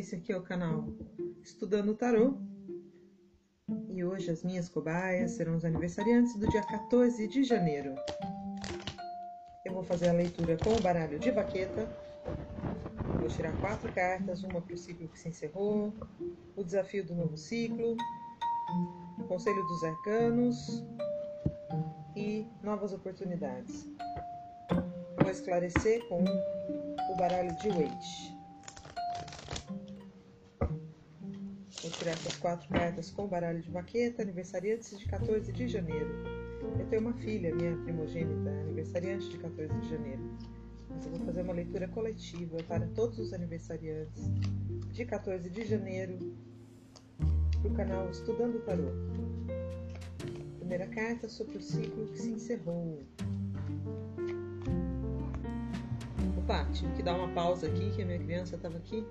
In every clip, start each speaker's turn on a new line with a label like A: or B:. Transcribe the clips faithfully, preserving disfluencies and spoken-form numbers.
A: Esse aqui é o canal Estudando o Tarô. E hoje as minhas cobaias serão os aniversariantes do dia quatorze de janeiro. Eu vou fazer a leitura com o baralho de vaqueta. Vou tirar quatro cartas, uma para o ciclo que se encerrou, o desafio do novo ciclo, o conselho dos arcanos e novas oportunidades. Vou esclarecer com o baralho de Waite. Vou tirar essas quatro cartas com o baralho de vaqueta, aniversariantes de quatorze de janeiro. Eu tenho uma filha, minha primogênita, aniversariante de quatorze de janeiro. Mas eu vou fazer uma leitura coletiva para todos os aniversariantes de quatorze de janeiro para o canal Estudando o Tarô. Primeira carta sobre o ciclo que se encerrou. Opa, tive que dar uma pausa aqui, que a minha criança estava aqui.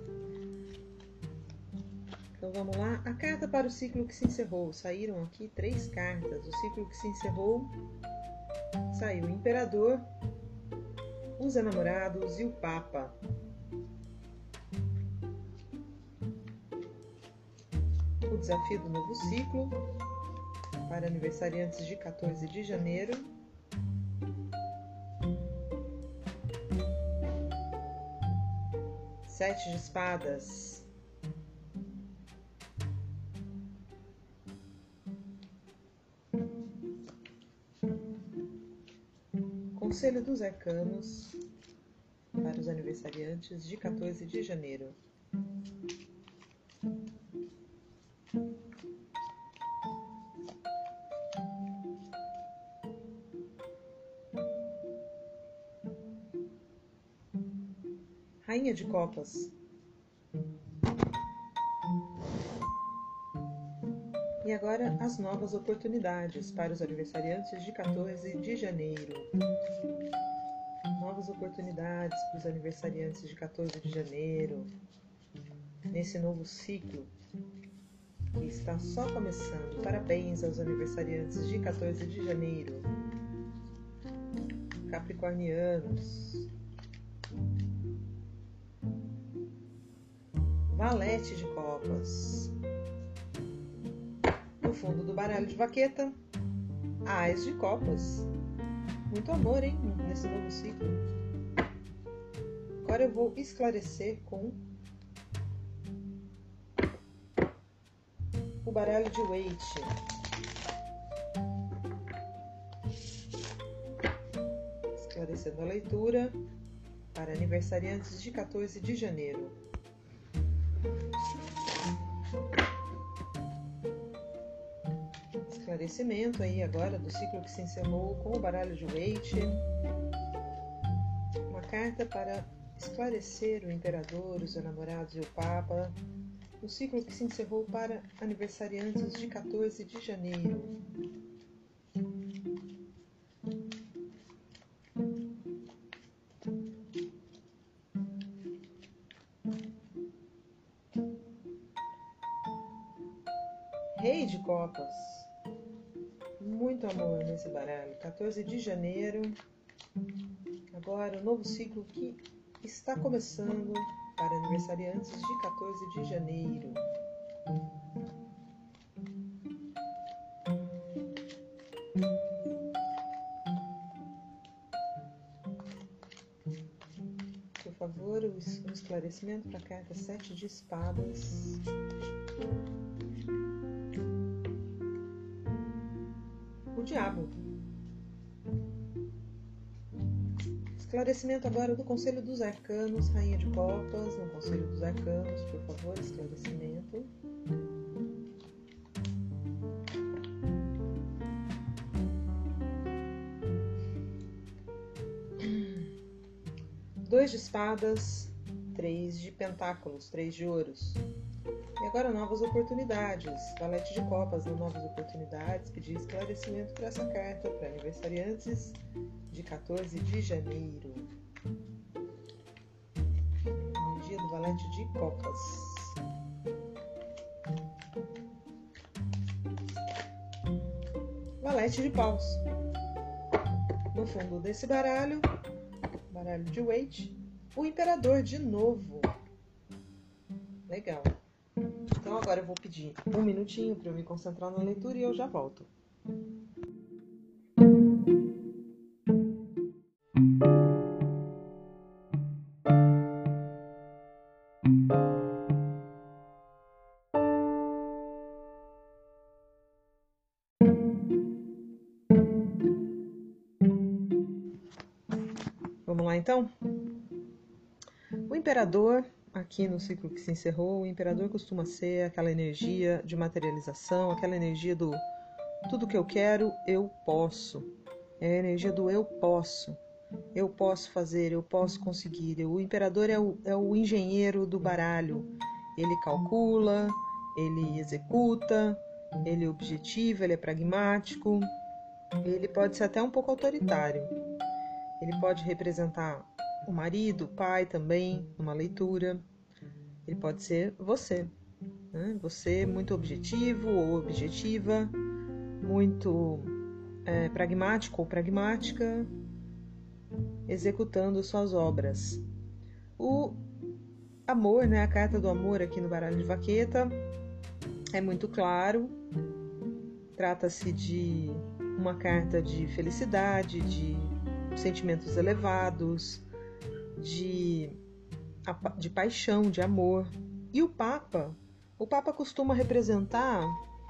A: Então vamos lá. A carta para o ciclo que se encerrou. Saíram aqui três cartas. O ciclo que se encerrou saiu o Imperador, os Enamorados e o Papa. O desafio do novo ciclo para aniversariantes de quatorze de janeiro. Sete de espadas. Conselho dos arcanos para os aniversariantes de quatorze de janeiro. Rainha de Copas. E agora as novas oportunidades para os aniversariantes de quatorze de janeiro. Novas oportunidades para os aniversariantes de quatorze de janeiro. Nesse novo ciclo que está só começando. Parabéns aos aniversariantes de quatorze de janeiro. Capricornianos. Valete de Copas. No fundo do baralho de vaqueta, Ás de Copas. Muito amor, hein, nesse novo ciclo. Agora eu vou esclarecer com o baralho de Waite. Esclarecendo a leitura para aniversariantes de quatorze de janeiro. Esclarecimento aí agora do ciclo que se encerrou com o baralho de Waite. Uma carta para esclarecer o Imperador, os Enamorados e o Papa. O ciclo que se encerrou para aniversariantes de quatorze de janeiro. Rei de Copas. Muito amor nesse baralho. quatorze de janeiro. Agora o novo ciclo que está começando para aniversariantes de quatorze de janeiro. Por favor, o esclarecimento para a carta sete de espadas. O Diabo. Esclarecimento agora do Conselho dos Arcanos, Rainha de Copas, no Conselho dos Arcanos, por favor, esclarecimento. Dois de espadas, três de pentáculos, três de ouros. E agora novas oportunidades. Valete de Copas, no novas oportunidades. Pedir esclarecimento para essa carta para aniversariantes de quatorze de janeiro. Energia do Valete de Copas. Valete de Paus. No fundo desse baralho, baralho de Waite, o Imperador de novo. Legal. Então agora eu vou pedir um minutinho para eu me concentrar na leitura e eu já volto. Vamos lá então? O imperador, aqui no ciclo que se encerrou, o imperador costuma ser aquela energia de materialização, aquela energia do tudo que eu quero, eu posso. É a energia do eu posso. Eu posso fazer, eu posso conseguir. O imperador é o, é o engenheiro do baralho. Ele calcula, ele executa, ele objetiva, ele é pragmático. Ele pode ser até um pouco autoritário. Ele pode representar o marido, o pai também, numa leitura. Ele pode ser você, né? Você muito objetivo ou objetiva, muito é, pragmático ou pragmática, executando suas obras. O amor, né? A carta do amor aqui no baralho de vaqueta é muito claro. Trata-se de uma carta de felicidade, de sentimentos elevados, de, de paixão, de amor. E o Papa, o Papa costuma representar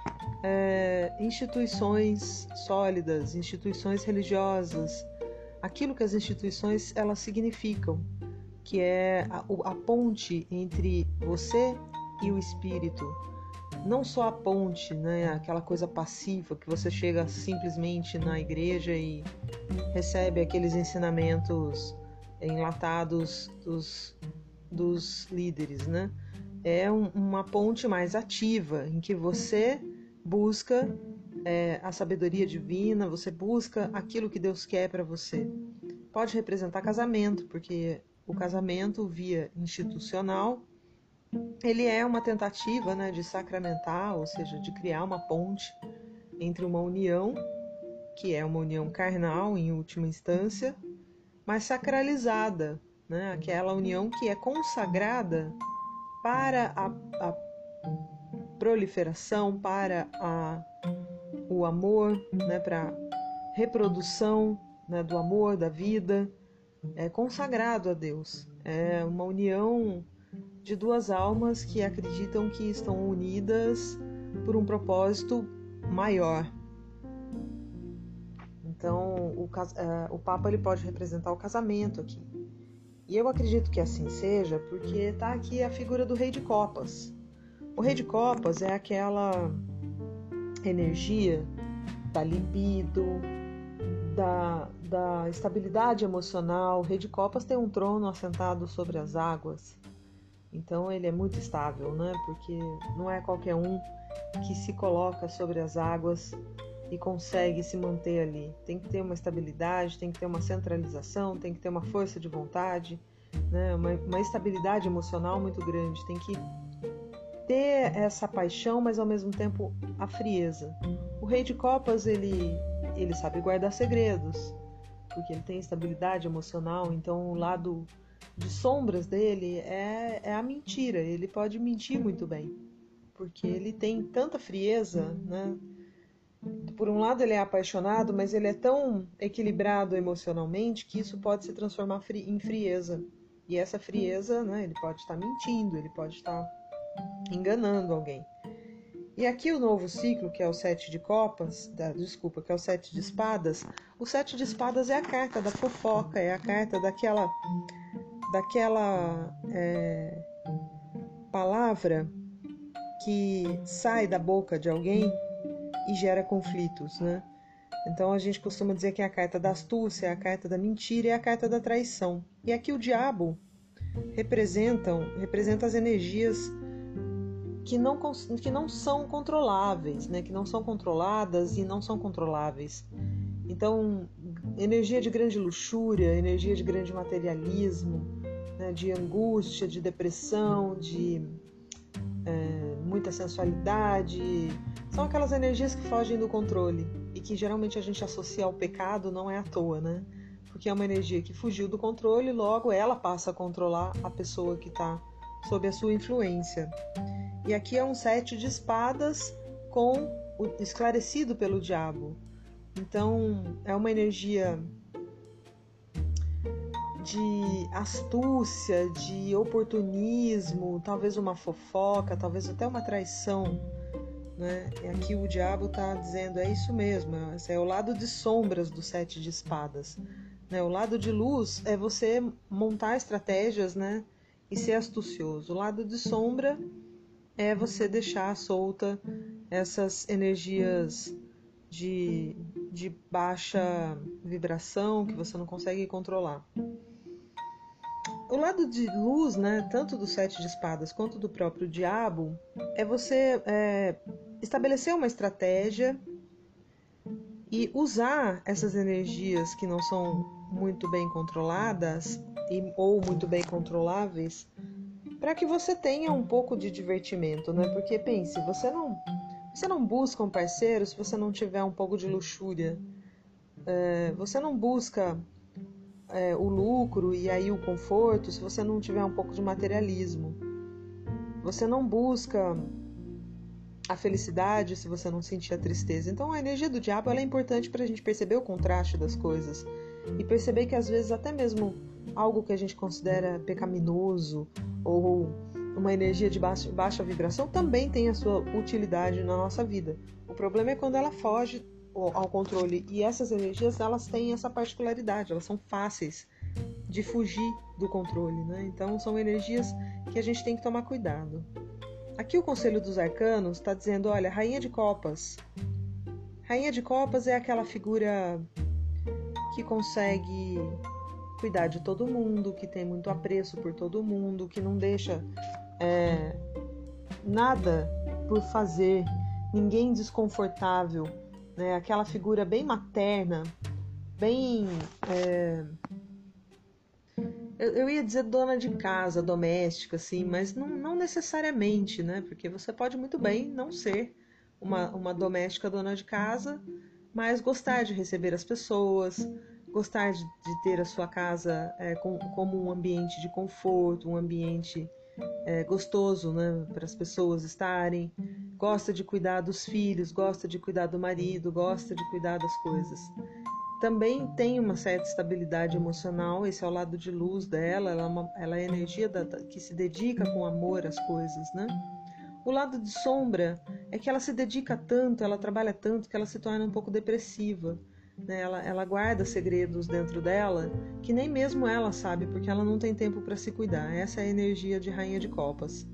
A: é, instituições sólidas, instituições religiosas, aquilo que as instituições elas significam, que é a, a ponte entre você e o espírito. Não só a ponte, né, aquela coisa passiva que você chega simplesmente na igreja e recebe aqueles ensinamentos enlatados dos, dos líderes, né? É um, uma ponte mais ativa, em que você busca é, a sabedoria divina, você busca aquilo que Deus quer para você. Pode representar casamento, porque o casamento via institucional, ele é uma tentativa, né, de sacramentar, ou seja, de criar uma ponte entre uma união, que é uma união carnal em última instância, mas sacralizada, né, aquela união que é consagrada para a, a proliferação, para a, o amor, né, para a reprodução, né, do amor, da vida, é consagrado a Deus. É uma união de duas almas que acreditam que estão unidas por um propósito maior. Então, o, o Papa ele pode representar o casamento aqui. E eu acredito que assim seja, porque está aqui a figura do Rei de Copas. O Rei de Copas é aquela energia da libido, da, da estabilidade emocional. O Rei de Copas tem um trono assentado sobre as águas. Então ele é muito estável, né? Porque não é qualquer um que se coloca sobre as águas e consegue se manter ali. Tem que ter uma estabilidade, tem que ter uma centralização, tem que ter uma força de vontade, né? uma, uma estabilidade emocional muito grande. Tem que ter essa paixão, mas ao mesmo tempo a frieza. O Rei de Copas, ele, ele sabe guardar segredos, porque ele tem estabilidade emocional, então o lado de sombras dele é, é a mentira. Ele pode mentir muito bem, porque ele tem tanta frieza, né? Por um lado ele é apaixonado, mas ele é tão equilibrado emocionalmente que isso pode se transformar em frieza. E essa frieza, né, ele pode estar mentindo, ele pode estar enganando alguém. E aqui o novo ciclo, que é o sete de copas, da, desculpa, que é o sete de espadas. O sete de espadas é a carta da fofoca, é a carta daquela daquela é, palavra que sai da boca de alguém e gera conflitos, né? Então a gente costuma dizer que é a carta da astúcia, é a carta da mentira e é a carta da traição. E aqui o diabo representam, representa as energias que não, que não são controláveis, né? Que não são controladas e não são controláveis. Então, energia de grande luxúria, energia de grande materialismo, né, de angústia, de depressão, de é, muita sensualidade, são aquelas energias que fogem do controle e que geralmente a gente associa ao pecado, não é à toa, né? Porque é uma energia que fugiu do controle, logo ela passa a controlar a pessoa que está sob a sua influência. E aqui é um sete de espadas com o esclarecido pelo diabo. Então é uma energia de astúcia, de oportunismo, talvez uma fofoca, talvez até uma traição, né? E aqui o diabo está dizendo, é isso mesmo, esse é o lado de sombras do sete de espadas, né? O lado de luz é você montar estratégias, né? E ser astucioso. O lado de sombra é você deixar solta essas energias de, de baixa vibração que você não consegue controlar. O lado de luz, né, tanto do sete de espadas quanto do próprio diabo, é você é, estabelecer uma estratégia e usar essas energias que não são muito bem controladas e, ou muito bem controláveis para que você tenha um pouco de divertimento, né? Porque pense, você não, você não busca um parceiro se você não tiver um pouco de luxúria. É, você não busca É, o lucro e aí o conforto se você não tiver um pouco de materialismo. Você não busca a felicidade se você não sentir a tristeza. Então a energia do diabo ela é importante para a gente perceber o contraste das coisas e perceber que às vezes até mesmo algo que a gente considera pecaminoso ou uma energia de baixa, baixa vibração também tem a sua utilidade na nossa vida. O problema é quando ela foge ao controle, e essas energias elas têm essa particularidade, elas são fáceis de fugir do controle, né? Então são energias que a gente tem que tomar cuidado. Aqui o Conselho dos Arcanos está dizendo, olha, Rainha de Copas. Rainha de Copas é aquela figura que consegue cuidar de todo mundo, que tem muito apreço por todo mundo, que não deixa é, nada por fazer, ninguém desconfortável, né? Aquela figura bem materna, bem... É... Eu, eu ia dizer dona de casa, doméstica, assim, mas não, não necessariamente, né? Porque você pode muito bem não ser uma, uma doméstica dona de casa, mas gostar de receber as pessoas, gostar de, de ter a sua casa é, com, como um ambiente de conforto, um ambiente é, gostoso, né, para as pessoas estarem, gosta de cuidar dos filhos, gosta de cuidar do marido, gosta de cuidar das coisas. Também tem uma certa estabilidade emocional, esse é o lado de luz dela, ela é, uma, ela é a energia da, que se dedica com amor às coisas, né? O lado de sombra é que ela se dedica tanto, ela trabalha tanto que ela se torna um pouco depressiva, né? Ela, ela guarda segredos dentro dela que nem mesmo ela sabe, porque ela não tem tempo para se cuidar. Essa é a energia de Rainha de Copas.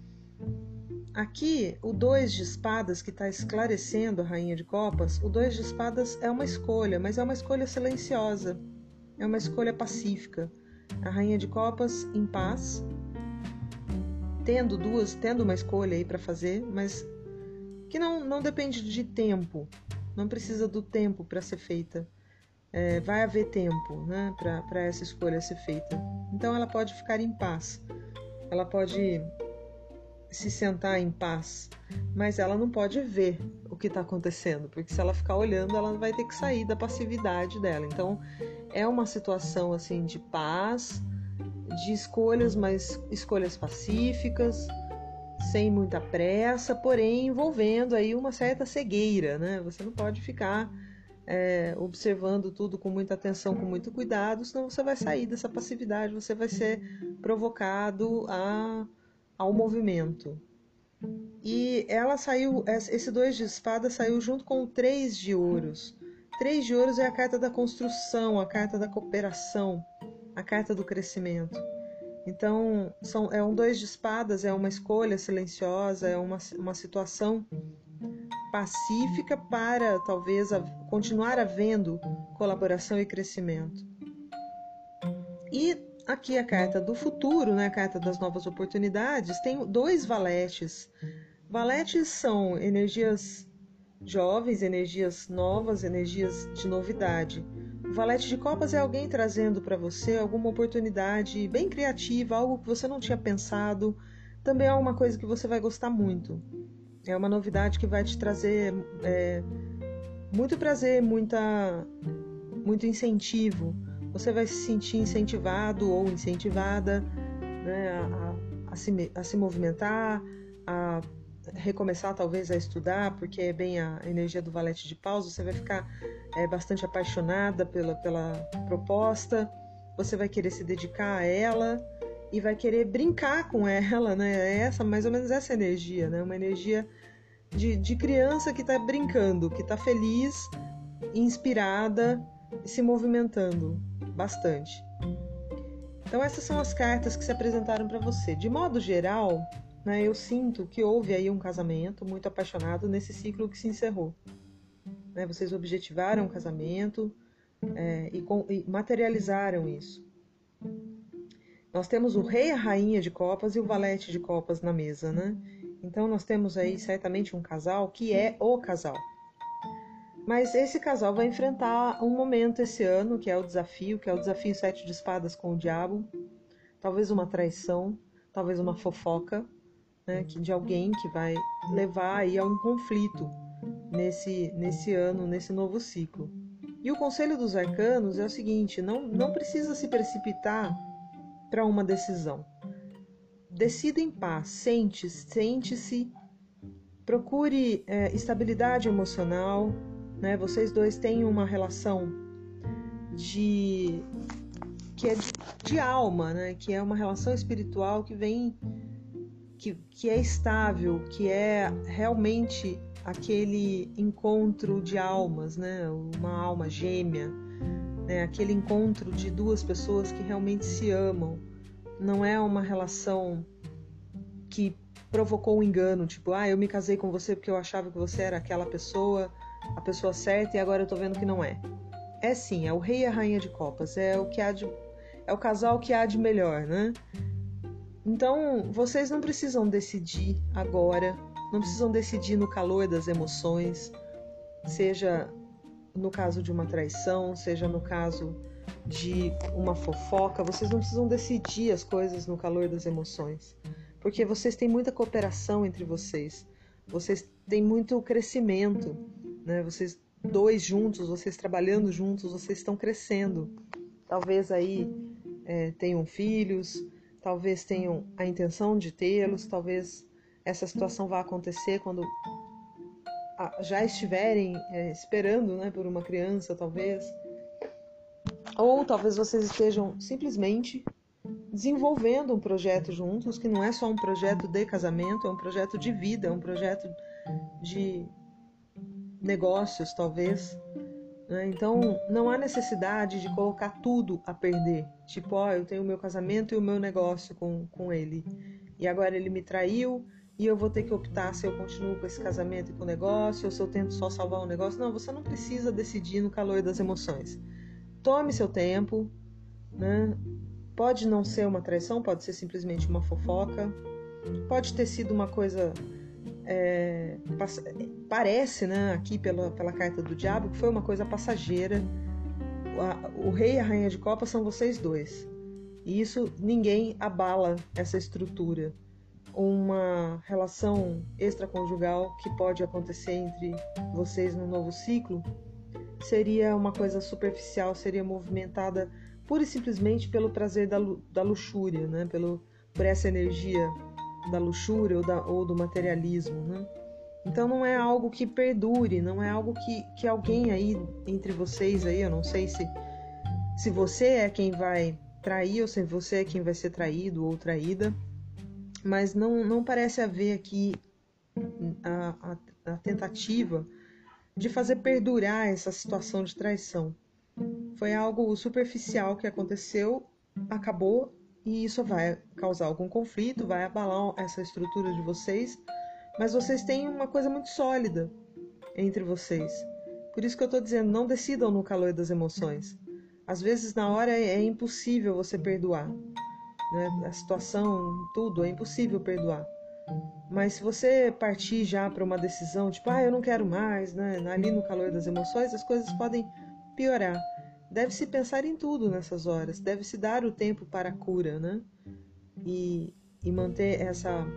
A: Aqui, o dois de espadas que está esclarecendo a Rainha de Copas, o dois de espadas é uma escolha, mas é uma escolha silenciosa, é uma escolha pacífica. A Rainha de Copas em paz, tendo duas, tendo uma escolha aí para fazer, mas que não, não depende de tempo, não precisa do tempo para ser feita. É, vai haver tempo, né, para essa escolha ser feita. Então ela pode ficar em paz, ela pode se sentar em paz, mas ela não pode ver o que está acontecendo, porque se ela ficar olhando, ela vai ter que sair da passividade dela. Então é uma situação assim de paz, de escolhas, mas escolhas pacíficas, sem muita pressa, porém envolvendo aí uma certa cegueira, né? Você não pode ficar é, observando tudo com muita atenção, com muito cuidado, senão você vai sair dessa passividade, você vai ser provocado a ao movimento. E ela saiu, esse dois de espada saiu junto com o três de ouros. Três de ouros é a carta da construção, a carta da cooperação, a carta do crescimento. Então, são, é um dois de espadas, é uma escolha silenciosa, é uma, uma situação pacífica para, talvez, a, continuar havendo colaboração e crescimento. E aqui a carta do futuro, né, a carta das novas oportunidades, tem dois valetes. Valetes são energias jovens, energias novas, energias de novidade. O valete de copas é alguém trazendo para você alguma oportunidade bem criativa, algo que você não tinha pensado. Também é uma coisa que você vai gostar muito. É uma novidade que vai te trazer é, muito prazer, muita, muito incentivo. Você vai se sentir incentivado ou incentivada, né, a, a, se, a se movimentar, a recomeçar talvez a estudar, porque é bem a energia do valete de paus, você vai ficar é, bastante apaixonada pela, pela proposta, você vai querer se dedicar a ela e vai querer brincar com ela, né? É essa, mais ou menos essa energia, né? Uma energia de, de criança que está brincando, que está feliz, inspirada e se movimentando bastante. Então essas são as cartas que se apresentaram para você. De modo geral, né, eu sinto que houve aí um casamento muito apaixonado nesse ciclo que se encerrou. Né, vocês objetivaram o casamento é, e, com, e materializaram isso. Nós temos o rei e a rainha de copas e o valete de copas na mesa, né? Então nós temos aí certamente um casal que é o casal. Mas esse casal vai enfrentar um momento esse ano, que é o desafio, que é o desafio sete de espadas com o diabo. Talvez uma traição, talvez uma fofoca, né, de alguém que vai levar aí a um conflito nesse, nesse ano, nesse novo ciclo. E o conselho dos arcanos é o seguinte, não, não precisa se precipitar para uma decisão. Decida em paz, sente, sente-se, procure é, estabilidade emocional, né? Vocês dois têm uma relação de que é de, de alma, né? Que é uma relação espiritual que vem que, que é estável, que é realmente aquele encontro de almas, né? Uma alma gêmea, né? Aquele encontro de duas pessoas que realmente se amam. Não é uma relação que provocou um engano, tipo, ah, eu me casei com você porque eu achava que você era aquela pessoa, a pessoa certa, e agora eu tô vendo que não é. É sim, é o rei e a rainha de copas, é o que há de, é o casal que há de melhor, né? Então, vocês não precisam decidir agora, não precisam decidir no calor das emoções, seja no caso de uma traição, seja no caso de uma fofoca, vocês não precisam decidir as coisas no calor das emoções, porque vocês têm muita cooperação entre vocês, vocês têm muito crescimento, né? Vocês dois juntos, vocês trabalhando juntos, vocês estão crescendo. Talvez aí é, tenham filhos, talvez tenham a intenção de tê-los, talvez essa situação vá acontecer quando já estiverem é, esperando, né, por uma criança, talvez. Ou talvez vocês estejam simplesmente desenvolvendo um projeto juntos, que não é só um projeto de casamento, é um projeto de vida, é um projeto de negócios, talvez. Né? Então, não há necessidade de colocar tudo a perder. Tipo, ó, eu tenho o meu casamento e o meu negócio com, com ele. E agora ele me traiu e eu vou ter que optar se eu continuo com esse casamento e com o negócio, ou se eu tento só salvar o negócio. Não, você não precisa decidir no calor das emoções. Tome seu tempo, né? Pode não ser uma traição, pode ser simplesmente uma fofoca. Pode ter sido uma coisa... É, parece, né, aqui pela, pela carta do diabo, que foi uma coisa passageira. O, o rei e a rainha de copas são vocês dois. E isso, ninguém abala essa estrutura. Uma relação extraconjugal que pode acontecer entre vocês no novo ciclo seria uma coisa superficial, seria movimentada pura e simplesmente pelo prazer da, da luxúria, né? Pelo, por essa energia da luxúria ou, da, ou do materialismo, né? Então não é algo que perdure, não é algo que, que alguém aí entre vocês aí, eu não sei se, se você é quem vai trair ou se você é quem vai ser traído ou traída, mas não, não parece haver aqui a, a, a tentativa de fazer perdurar essa situação de traição. Foi algo superficial que aconteceu, acabou, e isso vai causar algum conflito, vai abalar essa estrutura de vocês, mas vocês têm uma coisa muito sólida entre vocês. Por isso que eu estou dizendo, não decidam no calor das emoções. Às vezes, na hora, é impossível você perdoar. Né? A situação, tudo, é impossível perdoar. Mas se você partir já para uma decisão, tipo, ah, eu não quero mais, né? Ali no calor das emoções, as coisas podem piorar. Deve-se pensar em tudo nessas horas, deve-se dar o tempo para a cura, né? E, e manter essa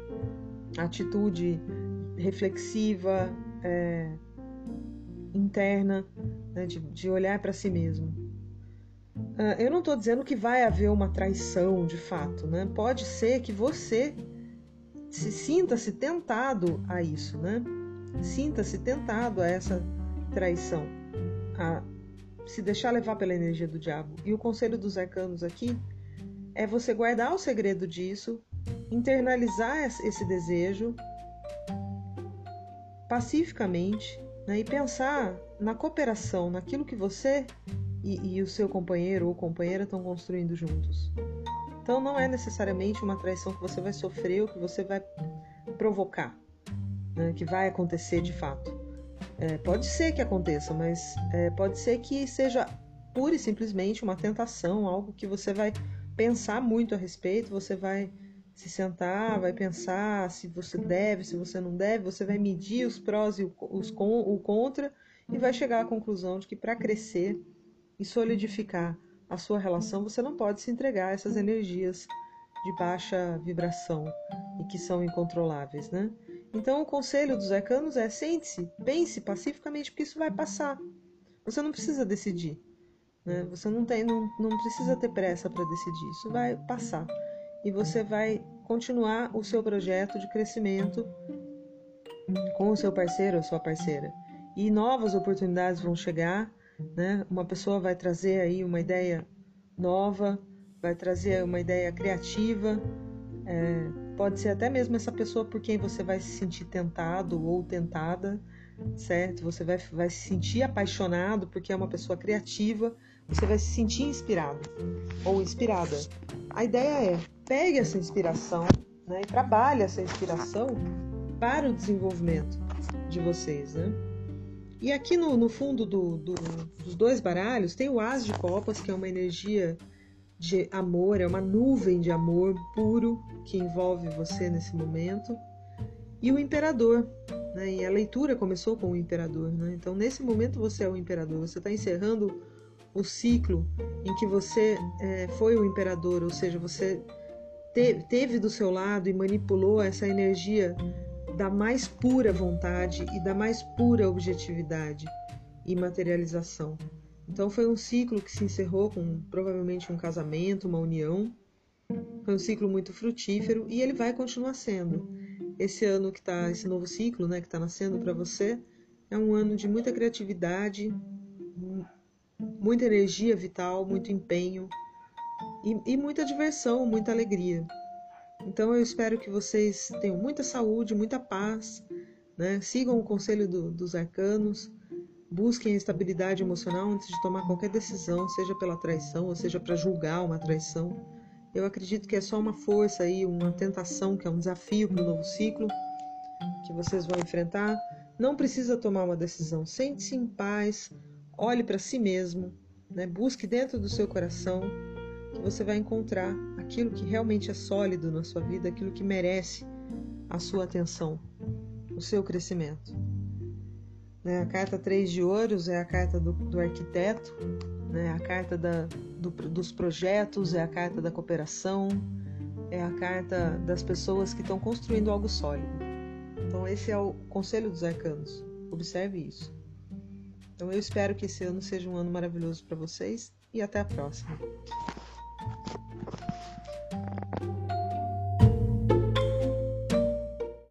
A: atitude reflexiva, é, interna, né? de, de olhar para si mesmo. uh, eu não estou dizendo que vai haver uma traição de fato, né? Pode ser que você se sinta-se tentado a isso, né? Sinta-se tentado a essa traição, a se deixar levar pela energia do diabo. E o conselho dos arcanos aqui é você guardar o segredo disso, internalizar esse desejo pacificamente, né, e pensar na cooperação, naquilo que você e, e o seu companheiro ou companheira estão construindo juntos. Então não é necessariamente uma traição que você vai sofrer ou que você vai provocar, né, que vai acontecer de fato. É, pode ser que aconteça, mas é, pode ser que seja pura e simplesmente uma tentação, algo que você vai pensar muito a respeito, você vai se sentar, vai pensar se você deve, se você não deve, você vai medir os prós e os con, o contra e vai chegar à conclusão de que para crescer e solidificar a sua relação, você não pode se entregar a essas energias de baixa vibração e que são incontroláveis, né? Então o conselho dos arcanos é: sente-se, pense pacificamente, porque isso vai passar. Você não precisa decidir, né? Você não, tem, não, não precisa ter pressa para decidir, isso vai passar. E você vai continuar o seu projeto de crescimento com o seu parceiro ou sua parceira. E novas oportunidades vão chegar, né? Uma pessoa vai trazer aí uma ideia nova, vai trazer uma ideia criativa, é, pode ser até mesmo essa pessoa por quem você vai se sentir tentado ou tentada, certo? Você vai, vai se sentir apaixonado porque é uma pessoa criativa, você vai se sentir inspirado ou inspirada. A ideia é: pegue essa inspiração, né, e trabalhe essa inspiração para o desenvolvimento de vocês, né? E aqui no, no fundo do, do, dos dois baralhos tem o As de Copas, que é uma energia de amor, é uma nuvem de amor puro que envolve você nesse momento, e o Imperador, né? E a leitura começou com o Imperador, né? Então nesse momento você é o Imperador, você está encerrando o ciclo em que você é, foi o Imperador, ou seja, você te, teve do seu lado e manipulou essa energia da mais pura vontade e da mais pura objetividade e materialização. Então foi um ciclo que se encerrou com provavelmente um casamento, uma união. Foi um ciclo muito frutífero e ele vai continuar sendo. Esse ano que está, esse novo ciclo, né, que está nascendo para você, é um ano de muita criatividade, muita energia vital, muito empenho e, e muita diversão, muita alegria. Então eu espero que vocês tenham muita saúde, muita paz, né? Sigam o conselho do, dos arcanos, busquem a estabilidade emocional antes de tomar qualquer decisão, seja pela traição ou seja para julgar uma traição. Eu acredito que é só uma força aí, uma tentação, que é um desafio para o novo ciclo que vocês vão enfrentar. Não precisa tomar uma decisão, sente-se em paz, olhe para si mesmo, né? Busque dentro do seu coração, que você vai encontrar aquilo que realmente é sólido na sua vida, aquilo que merece a sua atenção, o seu crescimento. Né? A carta três de ouros é a carta do, do arquiteto, né? A carta da, do, dos projetos, é a carta da cooperação, é a carta das pessoas que estão construindo algo sólido. Então esse é o conselho dos arcanos, observe isso. Então eu espero que esse ano seja um ano maravilhoso para vocês e até a próxima.